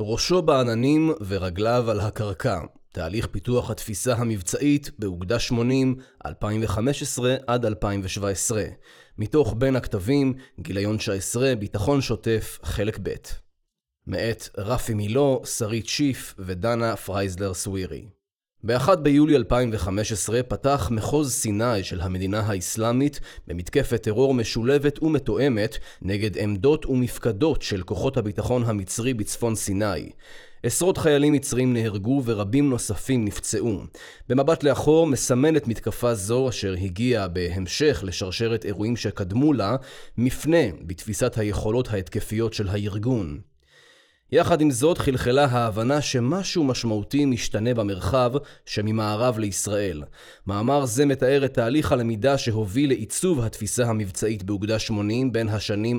ראשו בעננים ורגליו על הקרקע. תהליך פיתוח התפיסה המבצעית באוגדה 80, 2015 עד 2017. מתוך בין הכתבים, גיליון 19, ביטחון שוטף, חלק ב'. מאת רפי מילו, שרית שיף ודנה פרייזלר סווירי. ב-1 ביולי 2015 פתח מחוז סיני של המדינה האסלאמית במתקפת טרור משולבת ומתואמת נגד עמדות ומפקדות של כוחות הביטחון המצרי בצפון סיני. עשרות חיילים מצרים נהרגו ורבים נוספים נפצעו. במבט לאחור מסמנת מתקפה זו, אשר הגיעה בהמשך לשרשרת אירועים שקדמו לה, מפנה בתפיסת היכולות ההתקפיות של הארגון. יחד עם זאת חלחלה ההבנה שמשהו משמעותי משתנה במרחב שממערב לישראל. מאמר זה מתאר את תהליך הלמידה שהוביל לעיצוב התפיסה המבצעית באוגדה 80 בין השנים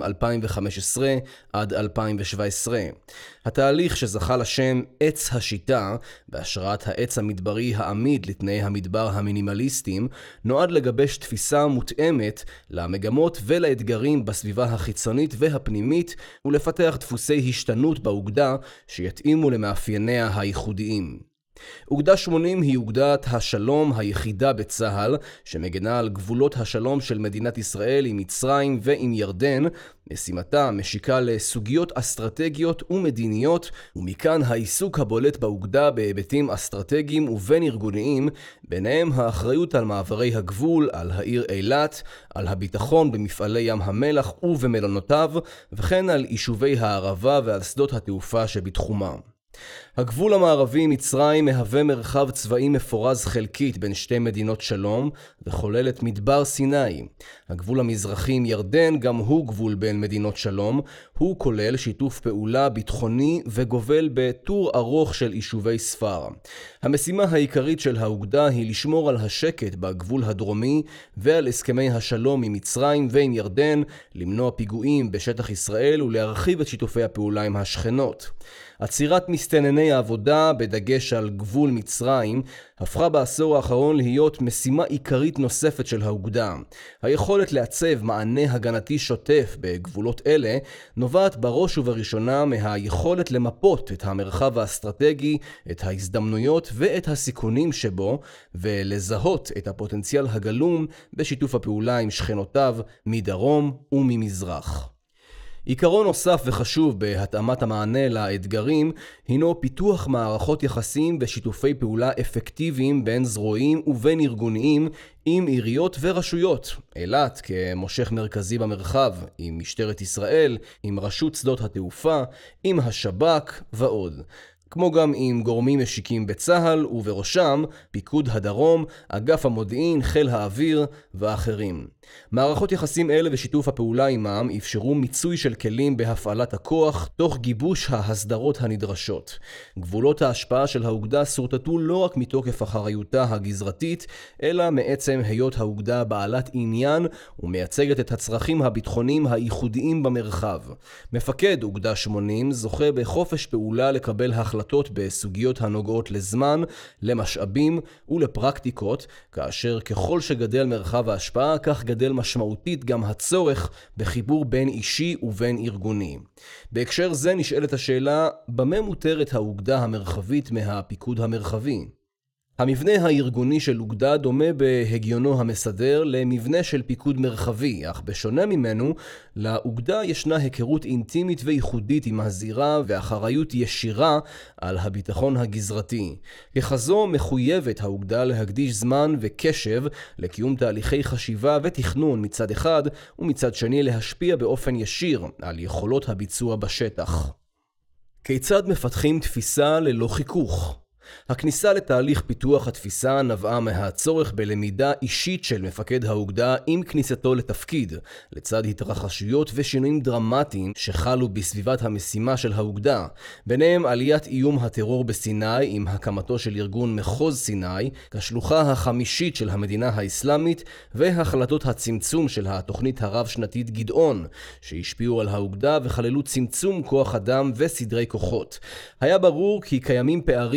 2015 עד 2017. התהליך שזכה לשם עץ השיטה, בהשראת העץ המדברי העמיד לתנאי המדבר המינימליסטיים, נועד לגבש תפיסה מותאמת למגמות ולאתגרים בסביבה החיצונית והפנימית, ולפתח דפוסי השתנות באוגדה שיתאימו למאפייניה הייחודיים. אוגדה 80 היא אוגדת השלום היחידה בצה"ל, שמגנה על גבולות השלום של מדינת ישראל עם מצרים ועם ירדן. משימתה משיקה לסוגיות אסטרטגיות ומדיניות, ומכאן העיסוק הבולט באוגדה בהיבטים אסטרטגיים ובין ארגוניים, ביניהם האחריות על מעברי הגבול, על העיר אילת, על הביטחון במפעלי ים המלח ובמלונותיו, וכן על יישובי הערבה ועל שדות התעופה שבתחומם. הגבול המערבי עם מצרים מהווה מרחב צבאי מפורז חלקית בין שתי מדינות שלום וכולל את מדבר סיני. הגבול המזרחי עם ירדן גם הוא גבול בין מדינות שלום. הוא כולל שיתוף פעולה ביטחוני וגובל בטור ארוך של יישובי ספר. המשימה העיקרית של האוגדה היא לשמור על השקט בגבול הדרומי ועל הסכמי השלום עם מצרים ועם ירדן, למנוע פיגועים בשטח ישראל ולהרחיב את שיתופי הפעולה עם השכנות. עצירת מסתנני העבודה בדגש על גבול מצרים הפכה בעשור האחרון להיות משימה עיקרית נוספת של האוגדה. היכולת לעצב מענה הגנתי שוטף בגבולות אלה נובעת בראש ובראשונה מהיכולת למפות את המרחב האסטרטגי, את ההזדמנויות ואת הסיכונים שבו, ולזהות את הפוטנציאל הגלום בשיתוף הפעולה עם שכנותיו מדרום וממזרח. עיקרון נוסף וחשוב בהתאמת המענה לאתגרים הינו פיתוח מערכות יחסים ושיתופי פעולה אפקטיביים בין זרועים ובין ארגוניים עם עיריות ורשויות. אילת כמושך מרכזי במרחב, עם משטרת ישראל, עם רשות שדות התעופה, עם השב"כ ועוד. כמו גם עם גורמים משיקים בצה"ל ובראשם פיקוד הדרום, אגף המודיעין, חיל האוויר ואחרים. מערכות יחסים אלה ושיתוף הפעולה עמם אפשרו מיצוי של כלים בהפעלת הכוח תוך גיבוש ההסדרות הנדרשות. גבולות ההשפעה של האוגדה סורטטו לא רק מתוקף אחריותה הגזרתית, אלא מעצם היות האוגדה בעלת עניין ומייצגת את הצרכים הביטחוניים הייחודיים במרחב. מפקד אוגדה 80 זוכה בחופש פעולה לקבל החלטות בסוגיות הנוגעות לזמן, למשאבים ולפרקטיקות, כאשר ככל שגדל מרחב ההשפעה כך גדל משמעותית גם הצורך בחיבור בין אישי ובין ארגוני. בהקשר זה נשאלת השאלה, במה מותרת האוגדה המרחבית מהפיקוד המרחבי? המבנה הארגוני של אוגדה דומה בהגיונו המסדר למבנה של פיקוד מרחבי, אך בשונה ממנו, לאוגדה ישנה היכרות אינטימית וייחודית עם הזירה ואחריות ישירה על הביטחון הגזרתי. ככזו מחויבת האוגדה להקדיש זמן וקשב לקיום תהליכי חשיבה ותכנון מצד אחד, ומצד שני להשפיע באופן ישיר על יכולות הביצוע בשטח. כיצד מפתחים תפיסה ללא חיכוך? הכניסה לתהליך פיתוח התפיסה נבעה מהצורך בלמידה אישית של מפקד האוגדה עם כניסתו לתפקיד, לצד התרחשויות ושינויים דרמטיים שחלו בסביבת המשימה של האוגדה, ביניהם עליית איום הטרור בסיני עם הקמתו של ארגון מחוז סיני, כשלוחה החמישית של המדינה האסלאמית, והחלטות הצמצום של התוכנית הרב-שנתית גדעון, שהשפיעו על האוגדה וכללו צמצום כוח אדם וסדרי כוחות. היה ברור כי קיימים פערים משמעותיים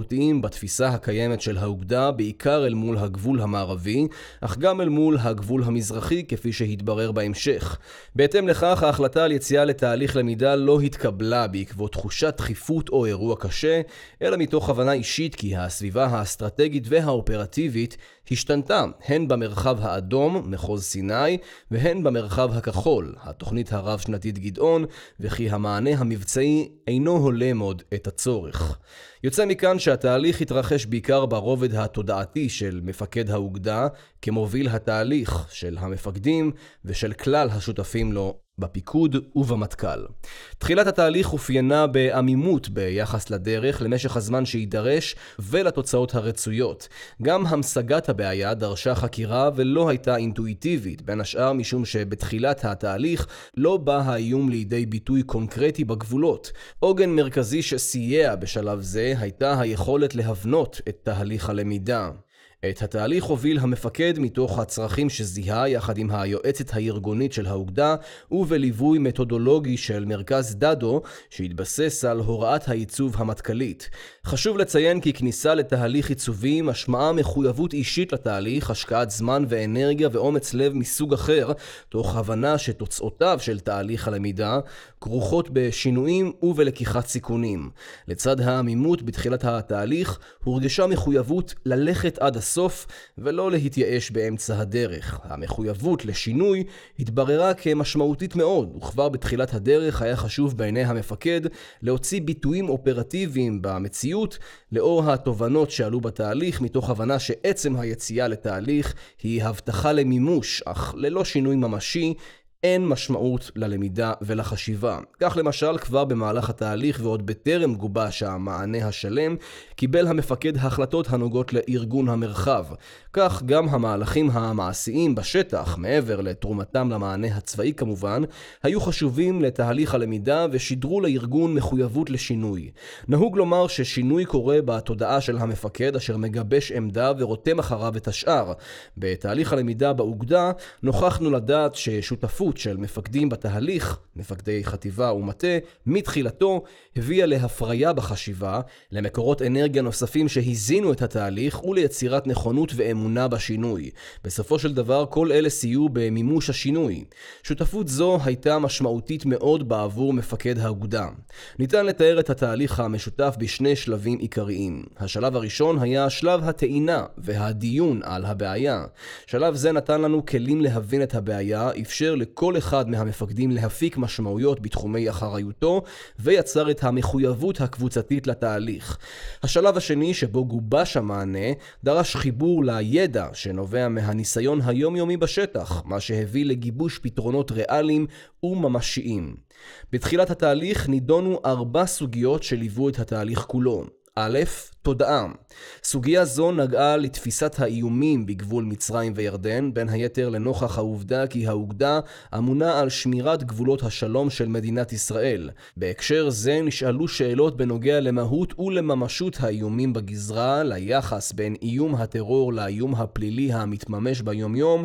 משמעותיים בתפיסה הקיימת של האוגדה, בעיקר אל מול הגבול המערבי, אך גם אל מול הגבול המזרחי, כפי שהתברר בהמשך. בהתאם לכך, ההחלטה על יציאה לתהליך למידה לא התקבלה בעקבות תחושת דחיפות או אירוע קשה, אלא מתוך הבנה אישית כי הסביבה האסטרטגית והאופרטיבית השתנתה, הן במרחב האדום, מחוז סיני, והן במרחב הכחול, התוכנית הרב-שנתית גדעון, וכי המענה המבצעי אינו הולם עוד את הצורך. יוצא מכאן שהתהליך התרחש בעיקר ברובד התודעתי של מפקד האוגדה, כמוביל התהליך של המפקדים ושל כלל השותפים לו בפיקוד ובמטכ"ל. תחילת התהליך אופיינה בעמימות ביחס לדרך למשך הזמן שידרש ולתוצאות הרצויות. גם המשגת הבעיה דרשה חקירה ולא הייתה אינטואיטיבית, בין השאר משום שבתחילת התהליך לא בא האיום לידי ביטוי קונקרטי בגבולות. עוגן מרכזי שסייע בשלב זה הייתה היכולת להבנות את תהליך הלמידה. את התהליך הוביל המפקד מתוך הצרכים שזיהה יחד עם היועצת הארגונית של האוגדה ובליווי מתודולוגי של מרכז דדו שהתבסס על הוראת העיצוב המטכ"לית. חשוב לציין כי כניסה לתהליך עיצובי משמעה מחויבות אישית לתהליך, השקעת זמן ואנרגיה ואומץ לב מסוג אחר, תוך הבנה שתוצאותיו של תהליך הלמידה כרוכות בשינויים ובלקיחת סיכונים. לצד העמימות בתחילת התהליך הורגשה מחויבות ללכת עד הסוף ולא להתייאש באמצע הדרך. המחויבות לשינוי התבררה כמשמעותית מאוד, וכבר בתחילת הדרך היה חשוב בעיני המפקד להוציא ביטויים אופרטיביים במציאות לאור התובנות שעלו בתהליך, מתוך הבנה שעצם היציאה לתהליך היא הבטחה למימוש, אך ללא שינוי ממשי אין משמעות ללמידה ולחשיבה. כך למשל, כבר במהלך התהליך ועוד בטרם גובש המענה השלם, קיבל המפקד החלטות הנוגעות לארגון המרחב. כך גם המהלכים המעשיים בשטח, מעבר לתרומתם למענה הצבאי כמובן, היו חשובים לתהליך הלמידה ושידרו לארגון מחויבות לשינוי. נהוג לומר ששינוי קורה בתודעה של המפקד אשר מגבש עמדה ורותם אחריו את השאר. בתהליך הלמידה באוגדה נוכחנו לדעת ששותפות של מפקדים בתהליך, מפקדי חטיבה ומטה, מתחילתו הביאה להפריה בחשיבה, למקורות אנרגיה נוספים שהזינו את התהליך וליצירת נכונות ואמונה בשינוי. בסופו של דבר כל אלה סייעו במימוש השינוי. שותפות זו הייתה משמעותית מאוד בעבור מפקד האוגדה. ניתן לתאר את התהליך המשותף בשני שלבים עיקריים. השלב הראשון היה שלב הטעינה והדיון על הבעיה. שלב זה נתן לנו כלים להבין את הבעיה, אפשר לכל אחד מהמפקדים להפיק משמעויות בתחומי אחריותו ויצר את המחויבות הקבוצתית לתהליך. השלב השני שבו גובש המענה דרש חיבור לידע שנובע מהניסיון היומיומי בשטח, מה שהביא לגיבוש פתרונות ריאליים וממשיים. בתחילת התהליך נידונו 4 סוגיות שליוו את התהליך כולו. א', תודעה. סוגיה זו נגעה לתפיסת האיומים בגבול מצרים וירדן, בין היתר לנוכח העובדה כי האוגדה אמונה על שמירת גבולות השלום של מדינת ישראל. בהקשר זה נשאלו שאלות בנוגע למהות ולממשות האיומים בגזרה, ליחס בין איום הטרור לאיום הפלילי המתממש ביומיום,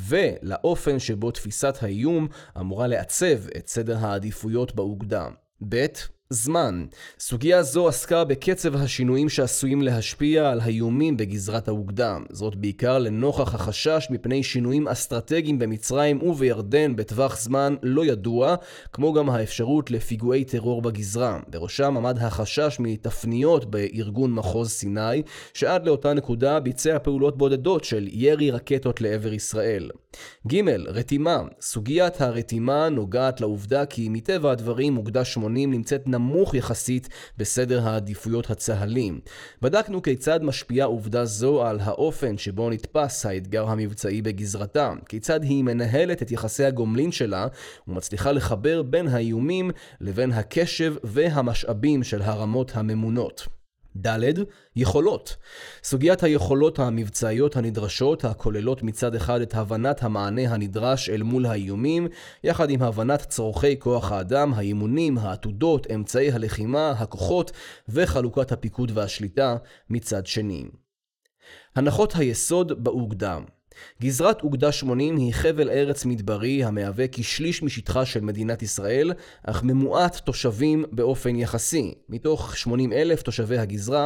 ולאופן שבו תפיסת האיום אמורה לעצב את סדר העדיפויות באוגדה. ב', זמן. סוגיה זו עסקה בקצב השינויים שעשויים להשפיע על האיומים בגזרת האוגדה. זאת בעיקר לנוכח החשש מפני שינויים אסטרטגיים במצרים ובירדן בטווח זמן לא ידוע, כמו גם האפשרות לפיגועי טרור בגזרה. בראשם עמד החשש מתפניות בארגון מחוז סיני, שעד לאותה נקודה ביצע פעולות בודדות של ירי רקטות לעבר ישראל. ג', רתימה. סוגיית הרתימה נוגעת לעובדה כי מטבע הדברים אוגדה 80 נמצאת נמוך יחסית בסדר העדיפויות הצהלים. בדקנו כיצד משפיעה עובדה זו על האופן שבו נתפס האתגר המבצעי בגזרתה, כיצד היא מנהלת את יחסי הגומלין שלה ומצליחה לחבר בין האיומים לבין הקשב והמשאבים של הרמות הממונות. ד', יכולות. סוגיית היכולות המבצעיות הנדרשות, הכוללות מצד אחד את הבנת המענה הנדרש אל מול האיומים, יחד עם הבנת צורכי כוח האדם, האימונים, העתודות, אמצעי הלחימה, הכוחות וחלוקת הפיקוד והשליטה מצד שני. הנחות היסוד באוגדה. גזרת אוגדה 80 היא חבל ארץ מדברי המהווה כשליש משטחה של מדינת ישראל, אך ממועט תושבים באופן יחסי. מתוך 80,000 תושבי הגזרה,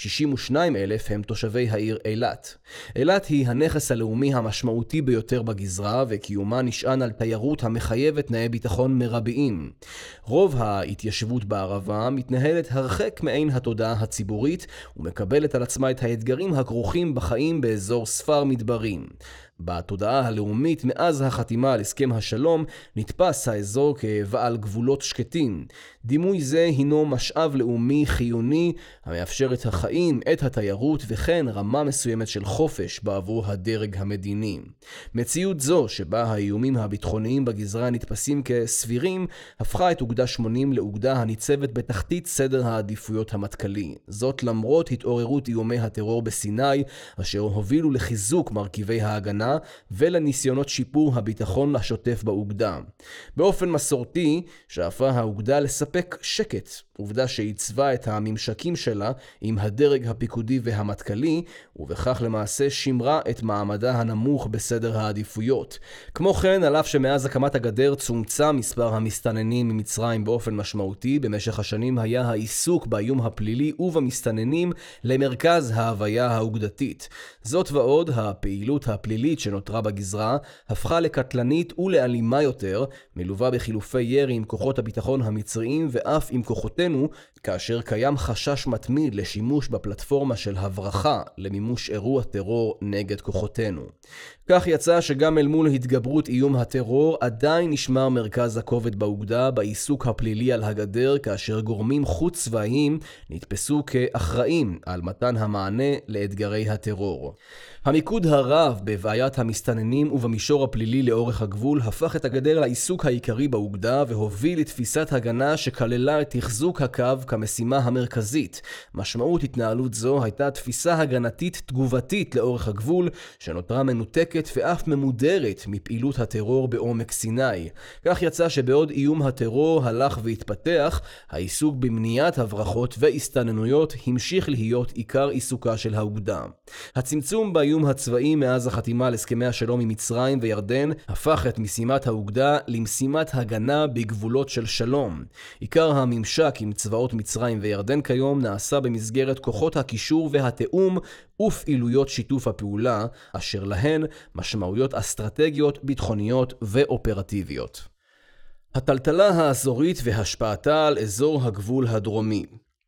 62,000 הם תושבי העיר אילת. אילת היא הנכס הלאומי המשמעותי ביותר בגזרה, וקיומה נשען על תיירות המחייבת תנאי ביטחון מרביים. רוב ההתיישבות בערבה מתנהלת הרחק מעין התודעה הציבורית, ומקבלת על עצמה את האתגרים הכרוכים בחיים באזור ספר מדברים. בתודעה הלאומית מאז החתימה על הסכם השלום נתפס האזור כבעל גבולות שקטים. דימוי זה הינו משאב לאומי חיוני המאפשר את החיים, את התיירות וכן רמה מסוימת של חופש בעבור הדרג המדיני. מציאות זו שבה האיומים הביטחוניים בגזרה נתפסים כסבירים הפכה את אוגדה 80 לאוגדה הניצבת בתחתית סדר העדיפויות המטכ"לי. זאת למרות התעוררות איומי הטרור בסיני אשר הובילו לחיזוק מרכיבי ההגנה ולניסיונות שיפור הביטחון השוטף באוגדה. באופן מסורתי שאפה האוגדה לספק שקט, עובדה שעיצבה את הממשקים שלה עם הדרג הפיקודי והמטכ"לי, ובכך למעשה שימרה את מעמדה הנמוך בסדר העדיפויות. כמו כן, על אף שמאז הקמת הגדר צומצם מספר המסתננים ממצרים באופן משמעותי, במשך השנים היה העיסוק באיום הפלילי ובמסתננים למרכז ההוויה האוגדתית. זאת ועוד, הפעילות הפלילית שנותרה בגזרה הפכה לקטלנית ולאלימה יותר, מלווה בחילופי ירי עם כוחות הביטחון המצריים ואף עם כוחותינו, כאשר קיים חשש מתמיד לשימוש בפלטפורמה של הברחה למימוש אירוע טרור נגד כוחותינו. כך יצא שגם אל מול התגברות איום הטרור עדיין נשמר מרכז הכובד באוגדה בעיסוק הפלילי על הגדר, כאשר גורמים חוץ צבאיים נתפסו כאחראים על מתן המענה לאתגרי הטרור. המיקוד הרב בבעיית המסתננים ובמישור הפלילי לאורך הגבול הפך את הגדר לעיסוק העיקרי באוגדה והוביל לתפיסת הגנה שכללה את תחזוק הקו כמשימה המרכזית. משמעות התנהלות זו הייתה תפיסה הגנתית תגובתית לאורך הגבול שנותרה מנותקת ואף ממודרת מפעילות הטרור בעומק סיני. כך יצא שבעוד איום הטרור הלך והתפתח, העיסוק במניעת הברחות והסתננויות המשיך להיות עיקר עיסוקה של האוגדה. הצמצום באיום הצבאי מאז החתימה על הסכמי השלום עם מצרים וירדן הפך את משימת האוגדה למשימת הגנה בגבולות של שלום. עיקר הממשק עם צבאות מצרים וירדן כיום נעשה במסגרת כוחות הקישור והתאום ופעילויות שיתוף הפעולה, אשר להן משמעויות אסטרטגיות, ביטחוניות ואופרטיביות. הטלטלה האזורית והשפעתה על אזור הגבול הדרומי.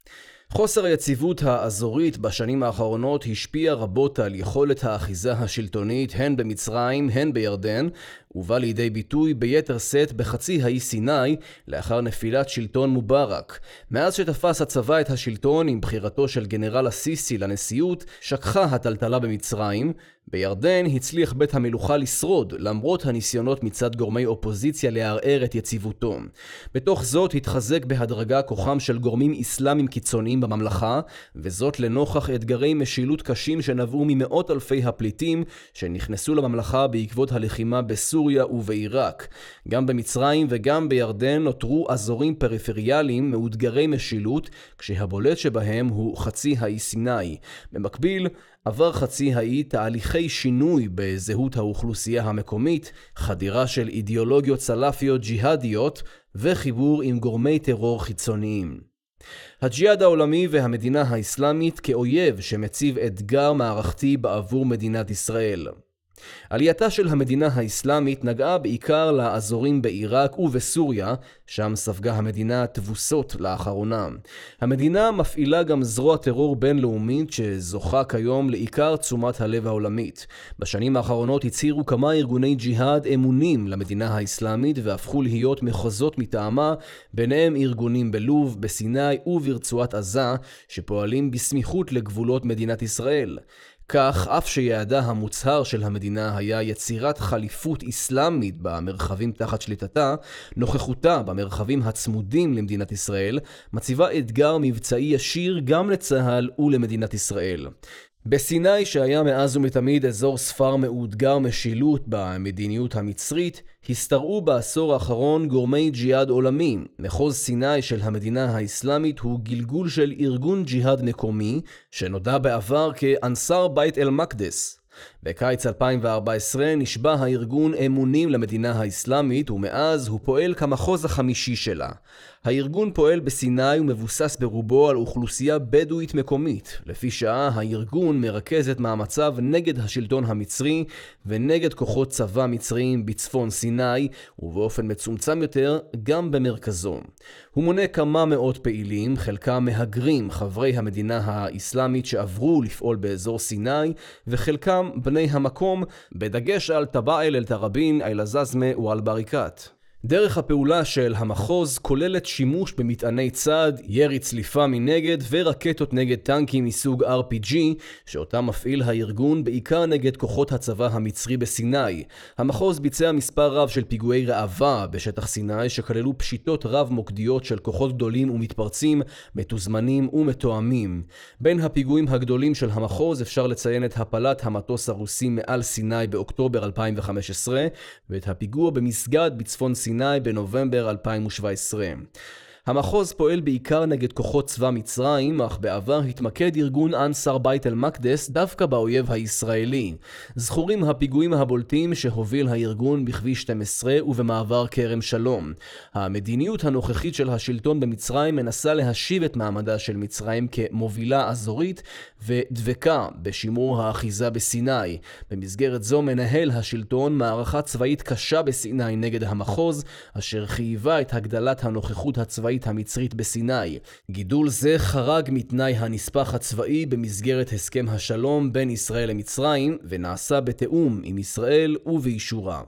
חוסר היציבות האזורית בשנים האחרונות השפיע רבות על יכולת האחיזה השלטונית הן במצרים הן בירדן, ובא לידי ביטוי ביתר שאת בחצי האי סיני לאחר נפילת שלטון מובארק. מאז שתפס הצבא את השלטון עם בחירתו של גנרל הסיסי לנשיאות, שקחה הטלטלה במצרים. בירדן הצליח בית המלוכה לשרוד למרות הניסיונות מצד גורמי אופוזיציה לערער את יציבותו. בתוך זאת התחזק בהדרגה כוחם של גורמים איסלאמיים קיצוניים בממלכה, וזאת לנוכח אתגרי משילות קשים שנבעו ממאות אלפי הפליטים שנכנסו לממלכה בעקבות הלחימה בסוריה ובעיראק. גם במצרים וגם בירדן נותרו אזורים פריפריאליים מאותגרי משילות, כשהבולט שבהם הוא חצי האי סיני. במקביל, עבר חצי האי תהליכי שינוי בזהות האוכלוסייה המקומית, חדירה של אידיאולוגיות סלאפיות ג'יהדיות וחיבור עם גורמי טרור חיצוניים. הג'יהאד העולמי והמדינה האסלאמית כאויב שמציב אתגר מערכתי בעבור מדינת ישראל. עלייתה של המדינה האסלאמית נגעה בעיקר לאזורים בעיראק ובסוריה, שם ספגה המדינה תבוסות לאחרונה. המדינה מפעילה גם זרוע טרור בינלאומית שזוכה כיום לעיקר תשומת הלב העולמית. בשנים האחרונות הצהירו כמה ארגוני ג'יהאד אמונים למדינה האסלאמית והפכו להיות מחוזות מטעמה, ביניהם ארגונים בלוב, בסיני וברצועת עזה, שפועלים בסמיכות לגבולות מדינת ישראל. כך, אף שיעדה המוצהר של המדינה היה יצירת חליפות איסלאמית במרחבים תחת שליטתה, נוכחותה במרחבים הצמודים למדינת ישראל מציבה אתגר מבצעי ישיר גם לצה"ל ולמדינת ישראל. בסיני, שהיה מאז ומתמיד אזור ספר מאותגר משילות במדיניות המצרית, הסתרעו בעשור האחרון גורמי ג'יהאד עולמי. מחוז סיני של המדינה האסלאמית הוא גלגול של ארגון ג'יהאד מקומי, שנודע בעבר כאנסאר בית אל מקדס. בקיץ 2014 נשבע הארגון אמונים למדינה האסלאמית, ומאז הוא פועל כמחוז החמישי שלה. הארגון פועל בסיני ומבוסס ברובו על אוכלוסייה בדואית מקומית. לפי שעה הארגון מרכז את מאמציו נגד השלטון המצרי ונגד כוחות צבא מצריים בצפון סיני, ובאופן מצומצם יותר גם במרכזו. הוא מונה כמה מאות פעילים, חלקם מהגרים חברי המדינה האסלאמית שעברו לפעול באזור סיני, וחלקם בני המקום, בדגש על טבאעל אל-תראבין, אל-עזאזמה ואל-בריקאת. דרך הפעולה של המחוז כוללת שימוש במטעני צד, ירי צליפה מנגד ורקטות נגד טנקים מסוג RPG, שאותם מפעיל הארגון בעיקר נגד כוחות הצבא המצרי בסיני. המחוז ביצע מספר רב של פיגועי ראווה בשטח סיני שכללו פשיטות רב מוקדיות של כוחות גדולים ומתפרצים, מתוזמנים ומתואמים. בין הפיגועים הגדולים של המחוז אפשר לציין את הפלת המטוס הרוסי מעל סיני באוקטובר 2015 ואת הפיגוע במסגד בצפון סיני בנובמבר 2017. המחוז פועל בעיקר נגד כוחות צבא מצרים, אך בעבר התמקד ארגון אנסאר בית אל-מקדס דווקא באויב הישראלי. זכורים הפיגועים הבולטים שהוביל הארגון בכביש 12 ובמעבר כרם שלום. המדיניות הנוכחית של השלטון במצרים מנסה להשיב את מעמדה של מצרים כמובילה אזורית ודבקה בשימור האחיזה בסיני. במסגרת זו מנהל השלטון מערכה צבאית קשה בסיני נגד המחוז, אשר חייבה את הגדלת הנוכחות הצבאית המצרית בסיני. גידול זה חרג מתנאי הנספח הצבאי במסגרת הסכם השלום בין ישראל למצרים, ונעשה בתאום עם ישראל ובאישורה.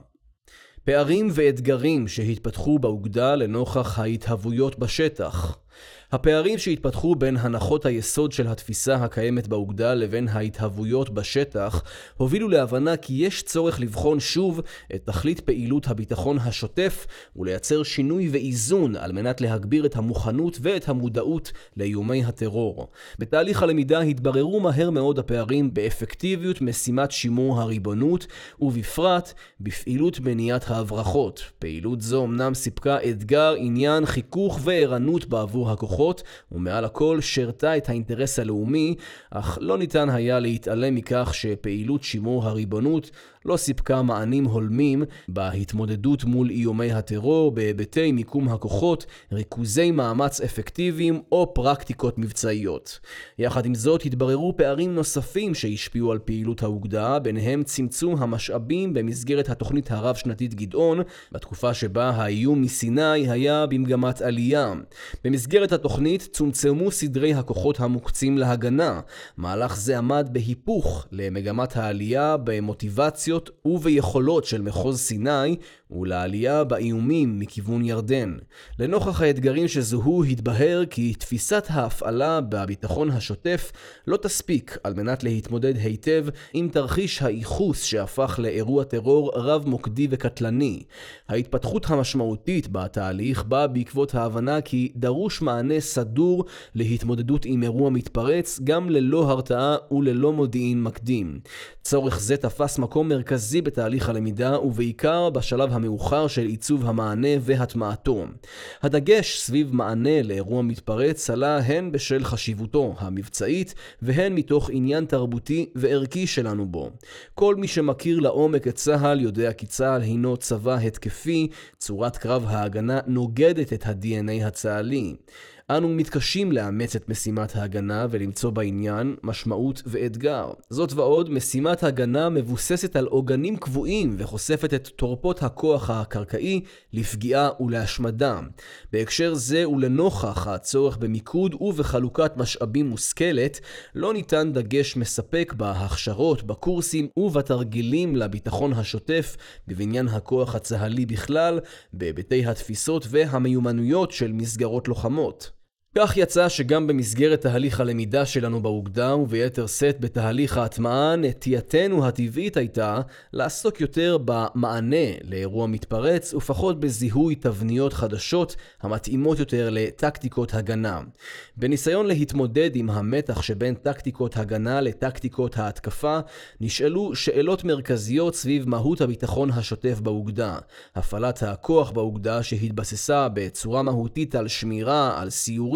פערים ואתגרים שהתפתחו באוגדה לנוכח ההתהוויות בשטח. הפערים שהתפתחו בין הנחות היסוד של התפיסה הקיימת באוגדה לבין ההתהוויות בשטח הובילו להבנה כי יש צורך לבחון שוב את תכלית פעילות הביטחון השוטף ולייצר שינוי ואיזון על מנת להגביר את המוכנות ואת המודעות לאיומי הטרור. בתהליך הלמידה התבררו מהר מאוד הפערים באפקטיביות משימת שימור הריבונות ובפרט בפעילות מניעת ההברחות. פעילות זו אמנם סיפקה אתגר, עניין, חיכוך וערנות בעבור הכוחות, ומעל הכל שרתה את האינטרס הלאומי, אך לא ניתן היה להתעלם מכך שפעילות שימור הריבונות לא סיפקה מענים הולמים בהתמודדות מול איומי הטרור בהיבטי מיקום הכוחות, ריכוזי מאמץ אפקטיביים או פרקטיקות מבצעיות. יחד עם זאת התבררו פערים נוספים שהשפיעו על פעילות האוגדה, ביניהם צמצום המשאבים במסגרת התוכנית הרב-שנתית גדעון, בתקופה שבה האיום מסיני היה במגמת עלייה. במסגרת התוכנית צומצמו סדרי הכוחות המוקצים להגנה. מהלך זה עמד בהיפוך למגמת העלייה במוטיבציות וביכולות של מחוז סיני ולעלייה באיומים מכיוון ירדן. לנוכח האתגרים שזוהו התבהר כי תפיסת ההפעלה בביטחון השוטף לא תספיק על מנת להתמודד היטב עם תרחיש האיחוס שהפך לאירוע טרור רב מוקדי וקטלני. ההתפתחות המשמעותית בתהליך באה בעקבות ההבנה כי דרוש מענה סדור להתמודדות עם אירוע מתפרץ גם ללא הרתעה וללא מודיעין מקדים. צורך זה תפס מקום מרכזי בתהליך הלמידה ובעיקר בשלב המאוחר של עיצוב המענה והטמעתו. הדגש סביב מענה לאירוע מתפרץ עלה הן בשל חשיבותו המבצעית והן מתוך עניין תרבותי וערכי שלנו בו. כל מי שמכיר לעומק את צה"ל יודע כי צה"ל הינו צבא התקפי, צורת קרב ההגנה נוגדת את ה-DNA הצה"לי. אנו מתקשים לאמץ את משימת ההגנה ולמצוא בעניין משמעות ואתגר. זאת ועוד, משימת ההגנה מבוססת על עוגנים קבועים וחושפת את תורפות הכוח הקרקעי לפגיעה ולהשמדה. בהקשר זה ולנוכח הצורך במיקוד ובחלוקת משאבים מושכלת, לא ניתן דגש מספק בהכשרות, בקורסים ובתרגילים לביטחון השוטף בבניין הכוח הצה"לי בכלל, בהיבטי התפיסות והמיומנויות של מסגרות לוחמות. כך יצא שגם במסגרת תהליך הלמידה שלנו באוגדה וביתר סט בתהליך ההטמעה, נטייתנו הטבעית הייתה לעסוק יותר במענה לאירוע מתפרץ ופחות בזיהוי תבניות חדשות המתאימות יותר לטקטיקות הגנה. בניסיון להתמודד עם המתח שבין טקטיקות הגנה לטקטיקות ההתקפה, נשאלו שאלות מרכזיות סביב מהות הביטחון השוטף באוגדה. הפעלת הכוח באוגדה שהתבססה בצורה מהותית על שמירה, על סיורים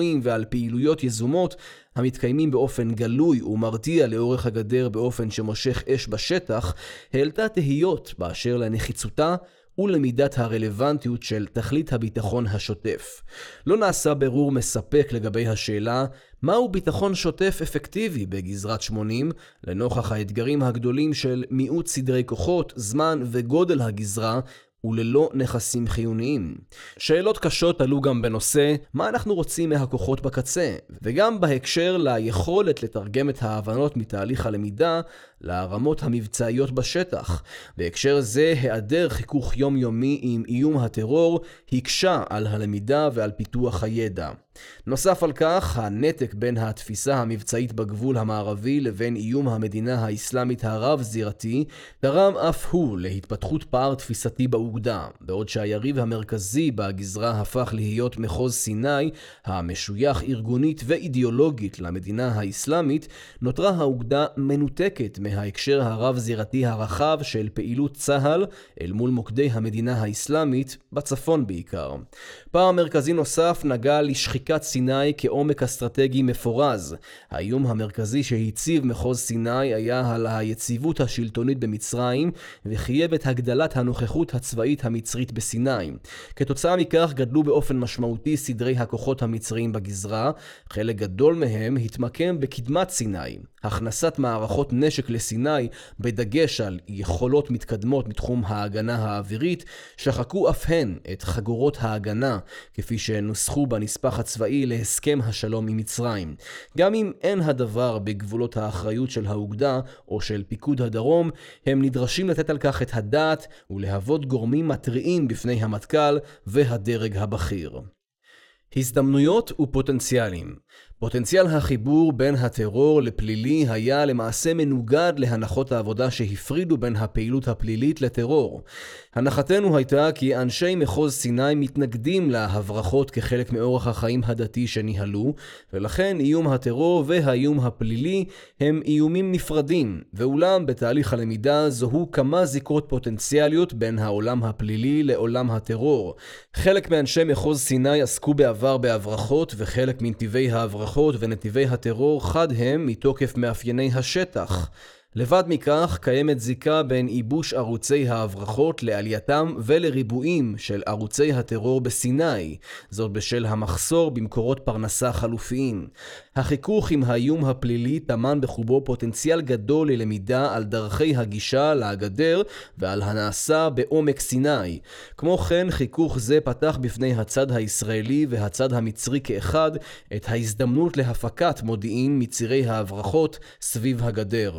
סיורים ועל פעילויות יזומות המתקיימים באופן גלוי ומרתיע לאורך הגדר באופן שמושך אש בשטח, העלתה תהיות באשר לנחיצותה ולמידת הרלוונטיות של תכלית הביטחון השוטף. לא נעשה ברור מספק לגבי השאלה מהו ביטחון שוטף אפקטיבי בגזרת 80 לנוכח האתגרים הגדולים של מיעוט סדרי כוחות, זמן וגודל הגזרה וללא נכסים חיוניים. שאלות קשות עלו גם בנושא מה אנחנו רוצים מהכוחות בקצה, וגם בהקשר ליכולת לתרגם את ההבנות מתהליך הלמידה לרמות המבצעיות בשטח. בהקשר זה, היעדר חיכוך יומיומי עם איום הטרור הקשה על הלמידה ועל פיתוח הידע. נוסף על כך, הנתק בין התפיסה המבצעית בגבול המערבי לבין איום המדינה האסלאמית הרב-זירתי תרם אף הוא להתפתחות פער תפיסתי באוגדה, בעוד שהיריב המרכזי בגזרה הפך להיות מחוז סיני, המשוייך ארגונית ואידיאולוגית למדינה האסלאמית, נותרה האוגדה מנותקת מההקשר הרב-זירתי הרחב של פעילות צה"ל אל מול מוקדי המדינה האסלאמית, בצפון בעיקר. פער מרכזי נוסף נגע לשחיקת סיני כעומק אסטרטגי מפורז. האיום המרכזי שהציב מחוז סיני היה על היציבות השלטונית במצרים, וחייב את הגדלת הנוכחות הצבאית המצרית בסיני. כתוצאה מכך גדלו באופן משמעותי סדרי הכוחות המצריים בגזרה, חלק גדול מהם התמקם בקדמת סיני. הכנסת מערכות נשק לסיני, בדגש על יכולות מתקדמות מתחום ההגנה האווירית, שחקו אף הן את חגורות ההגנה, כפי שנוסחו בנספח הצבאי להסכם השלום עם מצרים. גם אם אין הדבר בגבולות האחריות של האוגדה או של פיקוד הדרום, הם נדרשים לתת על כך את הדעת ולהוות גורמים מטריעים בפני המטכ"ל והדרג הבכיר. הזדמנויות ופוטנציאלים. פוטנציאל החיבור בין הטרור לפלילי היה למעשה מנוגד להנחות העבודה שהפרידו בין הפעילות הפלילית לטרור. הנחתנו הייתה כי אנשי מחוז סיני מתנגדים להברחות כחלק מאורח החיים הדתי שניהלו, ולכן איום הטרור והאיום הפלילי הם איומים נפרדים, ואולם בתהליך הלמידה זוהו כמה זיקות פוטנציאליות בין העולם הפלילי לעולם הטרור. חלק מאנשי מחוז סיני עסקו בעבר בהברחות, וחלק מנתיבי ההברחות ונתיבי הטרור חד הם מתוקף מאפייני השטח. לבד מכך קיימת זיקה בין ייבוש ערוצי ההברחות לעלייתם ולריבועים של ערוצי הטרור בסיני, זאת בשל המחסור במקורות פרנסה חלופיים. החיכוך עם האיום הפלילי טמן בחובו פוטנציאל גדול ללמידה על דרכי הגישה לגדר ועל הנעשה בעומק סיני. כמו כן, חיכוך זה פתח בפני הצד הישראלי והצד המצרי כאחד את ההזדמנות להפקת מודיעין מצירי ההברחות סביב הגדר.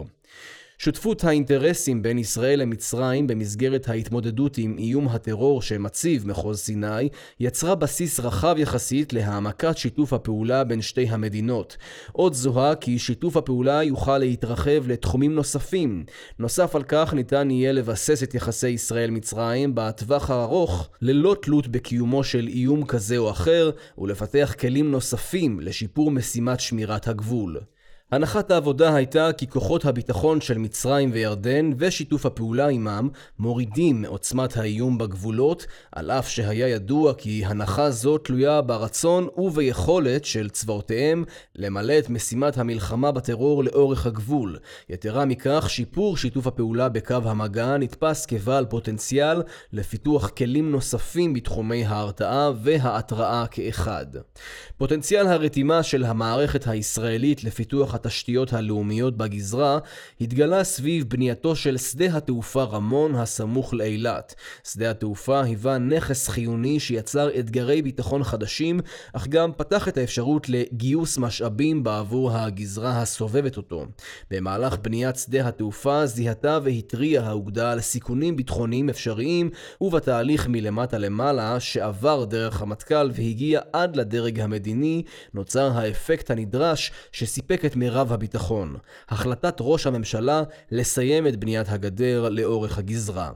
שותפות האינטרסים בין ישראל למצרים במסגרת ההתמודדות עם איום הטרור שמציב מחוז סיני יצרה בסיס רחב יחסית להעמקת שיתוף הפעולה בין שתי המדינות. עוד זוהה כי שיתוף הפעולה יוכל להתרחב לתחומים נוספים. נוסף על כך ניתן יהיה לבסס את יחסי ישראל-מצרים בטווח הארוך ללא תלות בקיומו של איום כזה או אחר, ולפתח כלים נוספים לשיפור משימת שמירת הגבול. הנחת העבודה הייתה כי כוחות הביטחון של מצרים וירדן ושיתוף הפעולה עמם מורידים מעוצמת האיום בגבולות, על אף שהיה ידוע כי הנחה זו תלויה ברצון וביכולת של צבאותיהם למלא את משימת המלחמה בטרור לאורך הגבול. יתרה מכך, שיפור שיתוף הפעולה בקו המגע נתפס כבעל פוטנציאל לפיתוח כלים נוספים בתחומי ההרתעה וההתראה כאחד. פוטנציאל הרתימה של המערכת הישראלית לפיתוח התשתיות הלאומיות בגזרה התגלה סביב בנייתו של שדה התעופה רמון הסמוך לאילת. שדה התעופה היווה נכס חיוני שיצר אתגרי ביטחון חדשים, אך גם פתח את האפשרות לגיוס משאבים בעבור הגזרה הסובבת אותו. במהלך בניית שדה התעופה זיהתה והתריעה האוגדה על סיכונים ביטחוניים אפשריים, ובתהליך מלמטה למעלה שעבר דרך המטכ"ל והגיע עד לדרג המדיני נוצר האפקט הנדרש שסיפק את מרב הביטחון, החלטת ראש הממשלה לסיים את בניית הגדר לאורך הגזרה.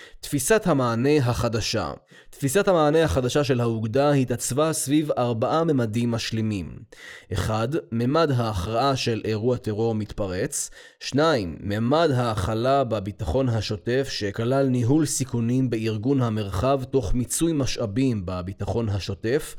תפיסת המענה החדשה. תפיסת המענה החדשה של האוגדה התעצבה סביב 4 ממדים משלימים. 1. ממד ההכרעה של אירוע טרור מתפרץ. 2. ממד ההכלה בביטחון השוטף שכלל ניהול סיכונים בארגון המרחב תוך מיצוי משאבים בביטחון השוטף.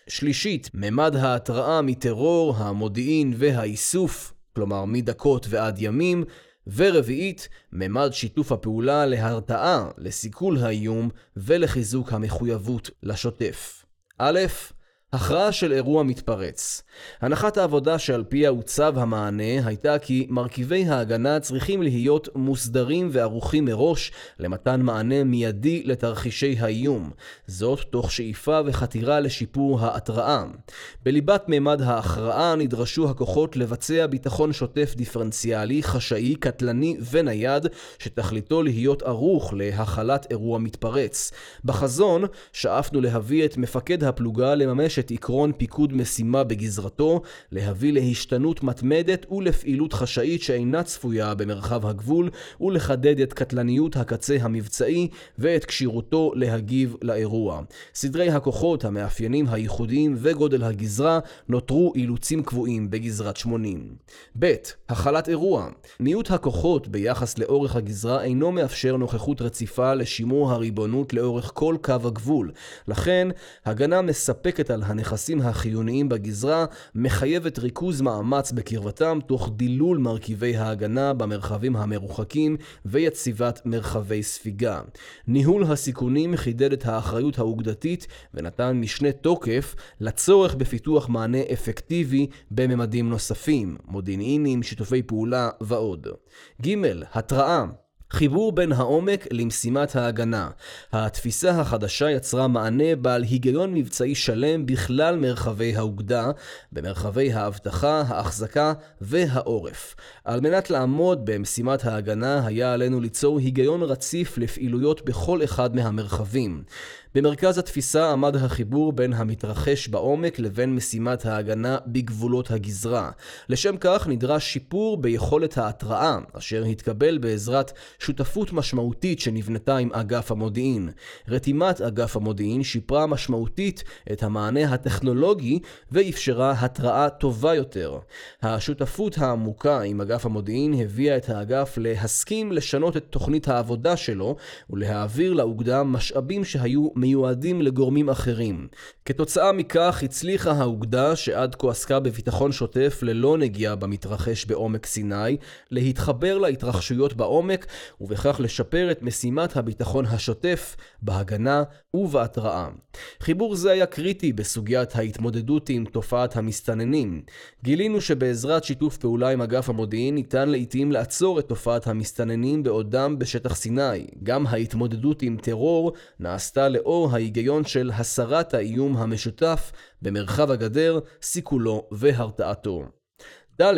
שלישית, ממד ההתראה מטרור, המודיעין והאיסוף, כלומר מדקות ועד ימים. ורביעית, ממד שיתוף הפעולה להרתעה, לסיכול האיום ולחיזוק המחויבות לשוטף. א', הכרעה של אירוע מתפרץ. הנחת העבודה שעל פיה הוצב המענה הייתה כי מרכיבי ההגנה צריכים להיות מוסדרים וערוכים מראש למתן מענה מיידי לתרחישי האיום. זאת תוך שאיפה וחתירה לשיפור ההתראה. בליבת ממד ההכרעה נדרשו הכוחות לבצע ביטחון שוטף דיפרנציאלי, חשאי, קטלני ונייד, שתכליתו להיות ערוך להחלת אירוע מתפרץ. בחזון שאפנו להביא את מפקד הפלוגה לממש את עקרון פיקוד משימה בגזרתו, להביא להשתנות מתמדת ולפעילות חשאית שאינה צפויה במרחב הגבול, ולחדד את קטלניות הקצה המבצעי ואת כשירותו להגיב לאירוע. סדרי הכוחות, המאפיינים הייחודיים וגודל הגזרה נותרו אילוצים קבועים בגזרת 80. ב', החלת אירוע. מיעוט הכוחות ביחס לאורך הגזרה אינו מאפשר נוכחות רציפה לשימור הריבונות לאורך כל קו הגבול. לכן, הגנה מספקת על הנכסים החיוניים בגזרה מחייבת ריכוז מאמץ בקרבתם תוך דילול מרכיבי ההגנה במרחבים המרוחקים ויציבת מרחבי ספיגה. ניהול הסיכונים חידד את האחריות האוגדתית ונתן משנה תוקף לצורך בפיתוח מענה אפקטיבי בממדים נוספים, מודיעיניים, שיתופי פעולה ועוד. ג', התראה. חיבור בין העומק למשימת ההגנה. התפיסה החדשה יצרה מענה בעל היגיון מבצעי שלם בכלל מרחבי האוגדה, במרחבי האבטחה, ההחזקה והעורף. על מנת לעמוד במשימת ההגנה היה עלינו ליצור היגיון רציף לפעילויות בכל אחד מהמרחבים. במרכז התפיסה עמד החיבור בין המתרחש בעומק לבין משימת ההגנה בגבולות הגזרה. לשם כך נדרש שיפור ביכולת ההתראה, אשר התקבל בעזרת שותפות משמעותית שנבנתה עם אגף המודיעין. רתימת אגף המודיעין שיפרה משמעותית את המענה הטכנולוגי ואפשרה התראה טובה יותר. השותפות העמוקה עם אגף המודיעין הביאה את האגף להסכים לשנות את תוכנית העבודה שלו ולהעביר לאוגדה משאבים שהיו מיועדים לגורמים אחרים. כתוצאה מכך הצליחה האוגדה שעד כה עסקה בביטחון שוטף ללא נגיעה במתרחש בעומק סיני, להתחבר להתרחשויות בעומק ובכך לשפר את משימת הביטחון השוטף בהגנה ובהתראה. חיבור זה היה קריטי בסוגיית ההתמודדות עם תופעת המסתננים. גילינו שבעזרת שיתוף פעולה עם אגף המודיעין ניתן לעתים לעצור את תופעת המסתננים בעודם בשטח סיני. גם ההתמודדות עם טרור נעשתה לאור ההיגיון של הסרת האיום המשותף במרחב הגדר, סיכולו והרתעתו. ד',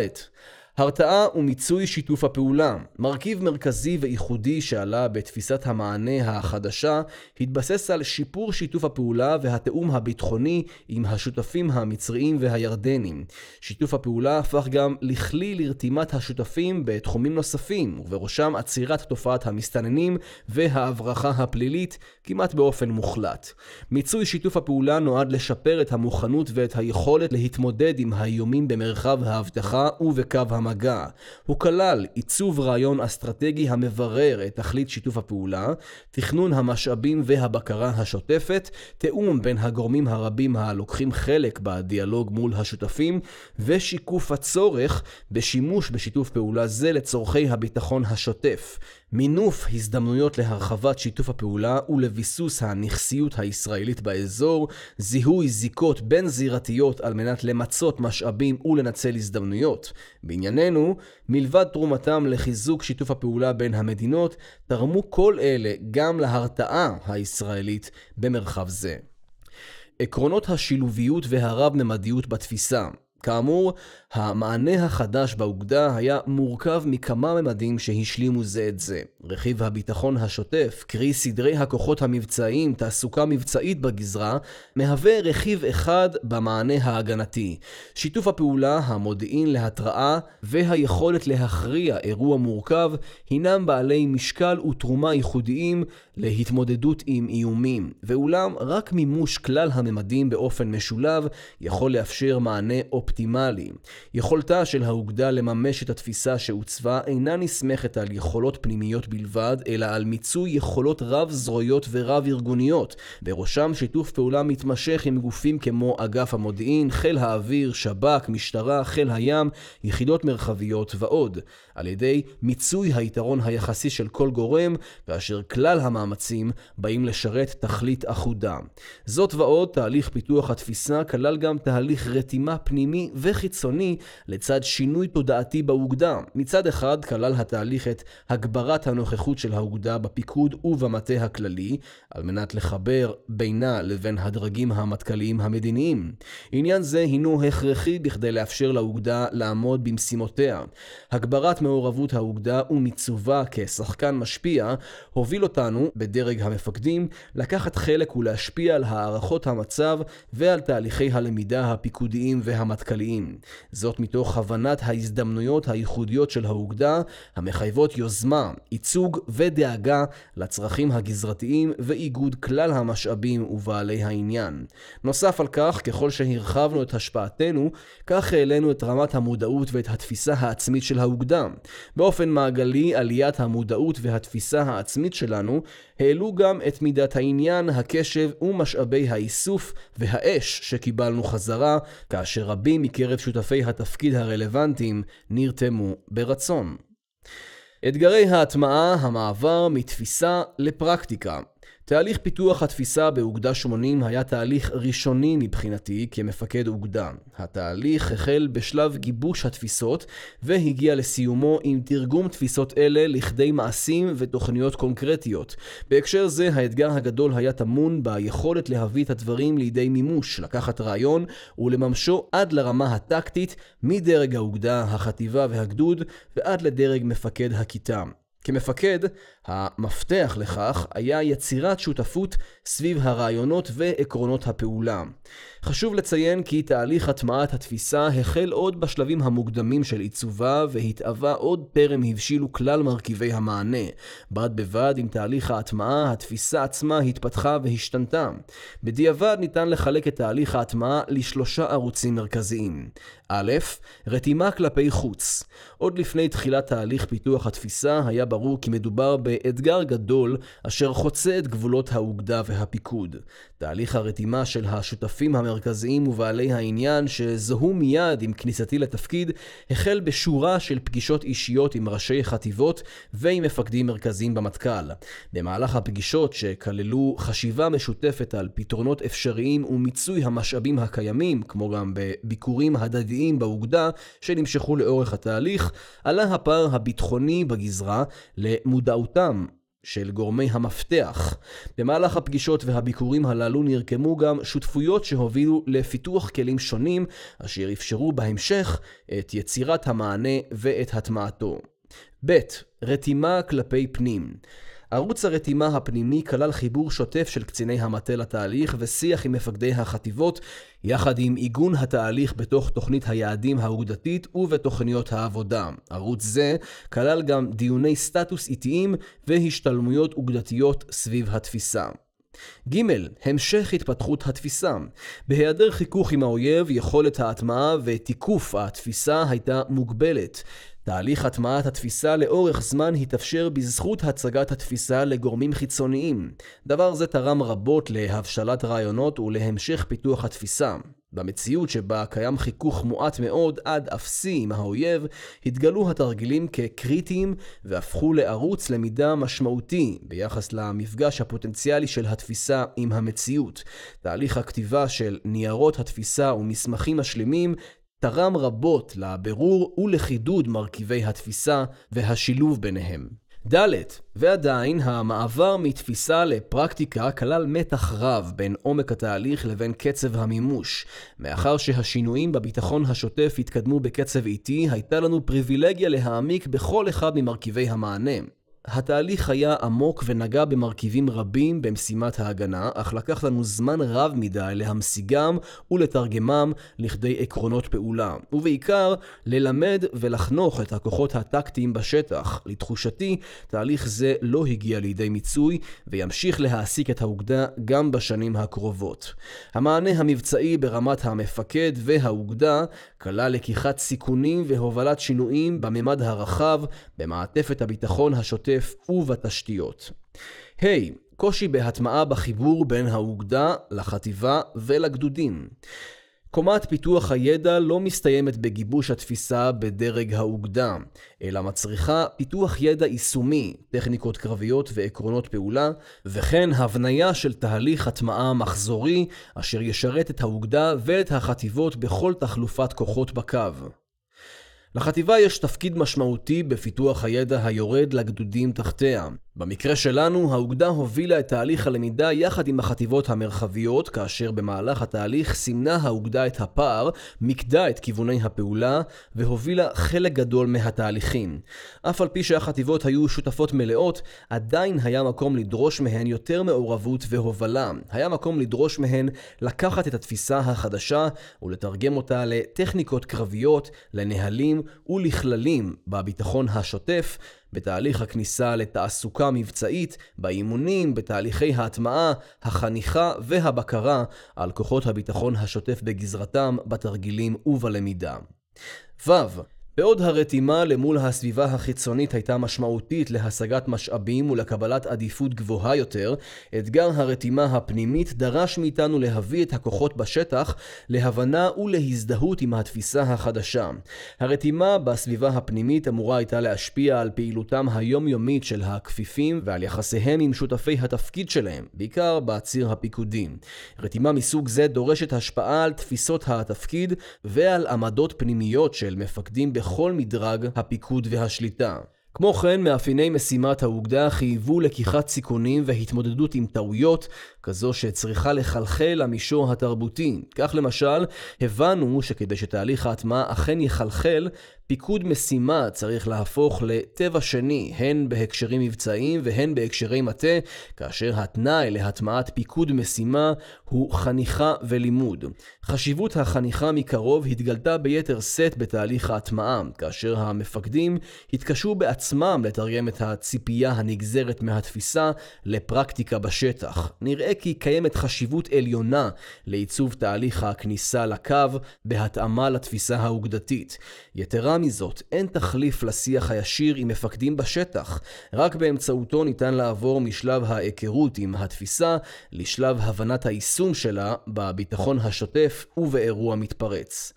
הרתעה ומיצוי שיתוף הפעולה. מרכיב מרכזי וייחודי שעלה בתפיסת המענה החדשה התבסס על שיפור שיתוף הפעולה והתאום הביטחוני עם השותפים המצריים והירדנים. שיתוף הפעולה הפך גם לכלי לרתימת השותפים בתחומים נוספים, ובראשם עצירת תופעת המסתננים וההברחה הפלילית כמעט באופן מוחלט. מיצוי שיתוף הפעולה נועד לשפר את המוכנות ואת היכולת להתמודד עם האיומים במרחב האבטחה ובקו המגע. הוא כלל עיצוב רעיון אסטרטגי המברר את תכלית שיתוף הפעולה, תכנון המשאבים והבקרה השוטפת, תאום בין הגורמים הרבים הלוקחים חלק בדיאלוג מול השותפים, ושיקוף הצורך בשימוש בשיתוף פעולה זה לצורכי הביטחון השוטף. מינוף הזדמנויות להרחבת שיתוף הפעולה ולביסוס הנכסיות הישראלית באזור, זיהוי זיקות בין זירתיות על מנת למצות משאבים ולנצל הזדמנויות. בענייננו, מלבד תרומתם לחיזוק שיתוף הפעולה בין המדינות, תרמו כל אלה גם להרתעה הישראלית במרחב זה. עקרונות השילוביות והרב-ממדיות בתפיסה. כאמור, המענה החדש באוגדה היה מורכב מכמה ממדים שהשלימו זה את זה. רכיב הביטחון השוטף, קרי סדרי הכוחות המבצעיים, תעסוקה מבצעית בגזרה, מהווה רכיב אחד במענה ההגנתי. שיתוף הפעולה, המודיעין להתראה והיכולת להכריע אירוע מורכב הינם בעלי משקל ותרומה ייחודיים להתמודדות עם איומים. ואולם, רק מימוש כלל הממדים באופן משולב יכול לאפשר מענה אופטימלי אופטימלי. יכולתה של האוגדה לממש את התפיסה שעוצבה אינה נסמכת על יכולות פנימיות בלבד, אלא על מיצוי יכולות רב-זרועיות ורב-ארגוניות, בראשם שיתוף פעולה מתמשך עם גופים כמו אגף המודיעין, חיל האוויר, שב"כ, משטרה, חיל הים, יחידות מרחביות ועוד, על ידי מיצוי היתרון היחסי של כל גורם, כאשר כלל המאמצים באים לשרת תכלית אחודה. זאת ועוד, תהליך פיתוח התפיסה כלל גם תהליך רתימה פנימי וחיצוני לצד שינוי תודעתי באוגדה. מצד אחד כלל התהליך את הגברת הנוכחות של האוגדה בפיקוד ובמטה הכללי, על מנת לחבר בינה לבין הדרגים המטכ"ליים המדיניים. עניין זה הינו הכרחי בכדי לאפשר לאוגדה לעמוד במשימותיה. הגברת מעורבות האוגדה ומיצובה כשחקן משפיע הוביל אותנו בדרג המפקדים לקחת חלק ולהשפיע על הערכות המצב ועל תהליכי הלמידה הפיקודיים והמטכ"ליים. זאת מתוך הבנת ההזדמנויות הייחודיות של האוגדה המחייבות יוזמה, ייצוג ודאגה לצרכים הגזרתיים ואיגוד כלל המשאבים ובעלי העניין. נוסף על כך, ככל שהרחבנו את השפעתנו, כך העלינו את רמת המודעות ואת התפיסה העצמית של האוגדה. באופן מעגלי, עליית המודעות והתפיסה העצמית שלנו העלו גם את מידת העניין, הקשב ומשאבי האיסוף והאש שקיבלנו חזרה, כאשר רבים מקרב שותפי התפקיד הרלוונטיים נרתמו ברצון. אתגרי ההטמעה, המעבר מתפיסה לפרקטיקה. תהליך פיתוח התפיסה באוגדה 80 היה תהליך ראשוני מבחינתי כמפקד אוגדה. התהליך החל בשלב גיבוש התפיסות והגיע לסיומו עם תרגום תפיסות אלה לכדי מעשים ותוכניות קונקרטיות. בהקשר זה האתגר הגדול היה טמון ביכולת להביא את הדברים לידי מימוש, לקחת רעיון ולממשו עד לרמה הטקטית מדרג האוגדה, החטיבה והגדוד ועד לדרג מפקד הכיתה. כמפקד, המפתח לכך היה יצירת שותפות סביב הרעיונות ועקרונות הפעולה. חשוב לציין כי תהליך הטמעת התפיסה החל עוד בשלבים המוקדמים של עיצובה והתאווה עוד טרם הבשילו כלל מרכיבי המענה. בד בבד עם תהליך ההטמעה, התפיסה עצמה התפתחה והשתנתה. בדיעבד ניתן לחלק את תהליך ההטמעה לשלושה ערוצים מרכזיים. א', רתימה כלפי חוץ. עוד לפני תחילת תהליך פיתוח התפיסה היה ברור כי מדובר באתגר גדול אשר חוצה את גבולות האוגדה והפיקוד. תהליך הרתימה של השותפים המרכזיים ובעלי העניין שזוהו מיד עם כניסתי לתפקיד החל בשורה של פגישות אישיות עם ראשי חטיבות ועם מפקדים מרכזיים במטכ"ל. במהלך הפגישות שכללו חשיבה משותפת על פתרונות אפשריים ומיצוי המשאבים הקיימים, כמו גם בביקורים הדדיים באוגדה שנמשכו לאורך התהליך, עלה הפער הביטחוני בגזרה למודעותם של גורמי המפתח. במהלך הפגישות והביקורים הללו נרקמו גם שותפויות שהובילו לפיתוח כלים שונים אשר אפשרו בהמשך את יצירת המענה ואת הטמעתו. ב', רתימה כלפי פנים. ערוץ הרתימה הפנימי כלל חיבור שוטף של קציני המטה לתהליך ושיח עם מפקדי החטיבות, יחד עם עיגון התהליך בתוך תוכנית היעדים האוגדתית ובתוכניות העבודה. ערוץ זה כלל גם דיוני סטטוס איטיים והשתלמויות אוגדתיות סביב התפיסה. ג', המשך התפתחות התפיסה. בהיעדר חיכוך עם האויב, יכולת ההטמעה ותיקוף התפיסה הייתה מוגבלת. תהליך הטמעת התפיסה לאורך זמן התאפשר בזכות הצגת התפיסה לגורמים חיצוניים. דבר זה תרם רבות להבשלת רעיונות ולהמשך פיתוח התפיסה. במציאות שבה קיים חיכוך מועט מאוד עד אפסי עם האויב, התגלו התרגילים כקריטיים והפכו לערוץ למידה משמעותי ביחס למפגש הפוטנציאלי של התפיסה עם המציאות. תהליך הכתיבה של ניירות התפיסה ומסמכים משלימים תרם רבות לבירור ולחידוד מרכיבי התפיסה והשילוב ביניהם. ד', ועדיין המעבר מתפיסה לפרקטיקה כלל מתח רב בין עומק התהליך לבין קצב המימוש. מאחר שהשינויים בביטחון השוטף התקדמו בקצב איטי, הייתה לנו פריבילגיה להעמיק בכל אחד ממרכיבי המענה. התהליך היה עמוק ונגע במרכיבים רבים במשימת ההגנה, אך לקח לנו זמן רב מדי להמשיגם ולתרגמם לכדי עקרונות פעולה, ובעיקר ללמד ולחנוך את הכוחות הטקטיים בשטח. לתחושתי, תהליך זה לא הגיע לידי מיצוי וימשיך להעסיק את האוגדה גם בשנים הקרובות. המענה המבצעי ברמת המפקד והאוגדה כלל לקיחת סיכונים והובלת שינויים בממד הרחב, במעטפת הביטחון השוטף ובתשתיות. קושי בהטמעה בחיבור בין האוגדה לחטיבה ולגדודים. קומת פיתוח הידע לא מסתיימת בגיבוש התפיסה בדרג האוגדה, אלא מצריכה פיתוח ידע יישומי, טכניקות קרביות ועקרונות פעולה, וכן הבניה של תהליך הטמעה מחזורי, אשר ישרת את האוגדה ואת החטיבות בכל תחלופת כוחות בקו. לחטיבה יש תפקיד משמעותי בפיתוח הידע היורד לגדודים תחתיה. במקרה שלנו, האוגדה הובילה את תהליך הלמידה יחד עם החטיבות המרחביות, כאשר במהלך התהליך סימנה האוגדה את הפער, מיקדה את כיווני הפעולה, והובילה חלק גדול מהתהליכים. אף על פי שהחטיבות היו שותפות מלאות, עדיין היה מקום לדרוש מהן יותר מעורבות והובלה. היה מקום לדרוש מהן לקחת את התפיסה החדשה ולתרגם אותה לטכניקות קרביות, לנהלים ולכללים בביטחון השוטף, בתהליך הכניסה לתעסוקה מבצעית, באימונים, בתהליכי ההטמעה, החניכה והבקרה על כוחות הביטחון השוטף בגזרתם, בתרגילים ובלמידה. בעוד הרתימה למול הסביבה החיצונית הייתה משמעותית להשגת משאבים ולקבלת עדיפות גבוהה יותר, אתגר הרתימה הפנימית דרש מאיתנו להביא את הכוחות בשטח להבנה ולהזדהות עם התפיסה החדשה. הרתימה בסביבה הפנימית אמורה הייתה להשפיע על פעילותם היומיומית של הכפיפים ועל יחסיהם עם שותפי התפקיד שלהם, בעיקר בציר הפיקודי. רתימה מסוג זה דורשת השפעה על תפיסות התפקיד ועל עמדות פנימיות של מפקדים בכל מדרג הפיקוד והשליטה. כמו כן, מאפייני משימת האוגדה חייבו לקיחת סיכונים והתמודדות עם טעויות, כזו שצריכה לחלחל למישור התרבותי. כך למשל, הבנו שכדי שתהליך ההטמעה אכן יחלחל, פיקוד משימה צריך להפוך לטבע שני, הן בהקשרים מבצעיים והן בהקשרי מטה, כאשר התנאי להטמעת פיקוד משימה הוא חניכה ולימוד. חשיבות החניכה מקרוב התגלתה ביתר סט בתהליך ההטמעה, כאשר המפקדים התקשו בעצמם לתרגם את הציפייה הנגזרת מהתפיסה לפרקטיקה בשטח. נראה כי קיימת חשיבות עליונה לעיצוב תהליך הכניסה לקו בהתאמה לתפיסה האוגדתית. יתרה מזאת, אין תחליף לשיח הישיר עם מפקדים בשטח. רק באמצעותו ניתן לעבור משלב ההיכרות עם התפיסה לשלב הבנת היישום שלה בביטחון השוטף ובאירוע מתפרץ.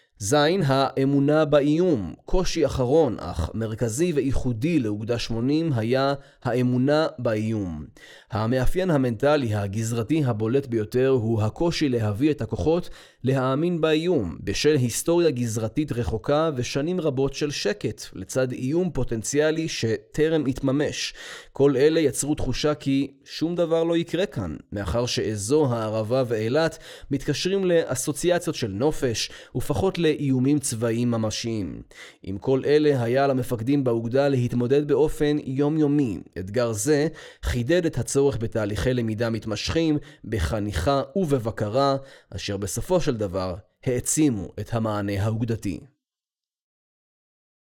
האמונה באיום. קושי אחרון אך מרכזי וייחודי לאוגדה 80 היה האמונה באיום. המאפיין המנטלי הגזרתי הבולט ביותר הוא הקושי להביא את הכוחות להאמין באיום, בשל היסטוריה גזרתית רחוקה ושנים רבות של שקט, לצד איום פוטנציאלי שטרם התממש. כל אלה יצרו תחושה כי שום דבר לא יקרה כאן, מאחר שאזור הערבה ואילת מתקשרים לאסוציאציות של נופש ופחות לאיומים צבאיים ממשיים. עם כל אלה היה למפקדים באוגדה להתמודד באופן יומיומי. אתגר זה חידד את הצורך בתהליכי למידה מתמשכים, בחניכה ובבקרה, אשר בסופו של דבר העצימו את המענה האוגדתי.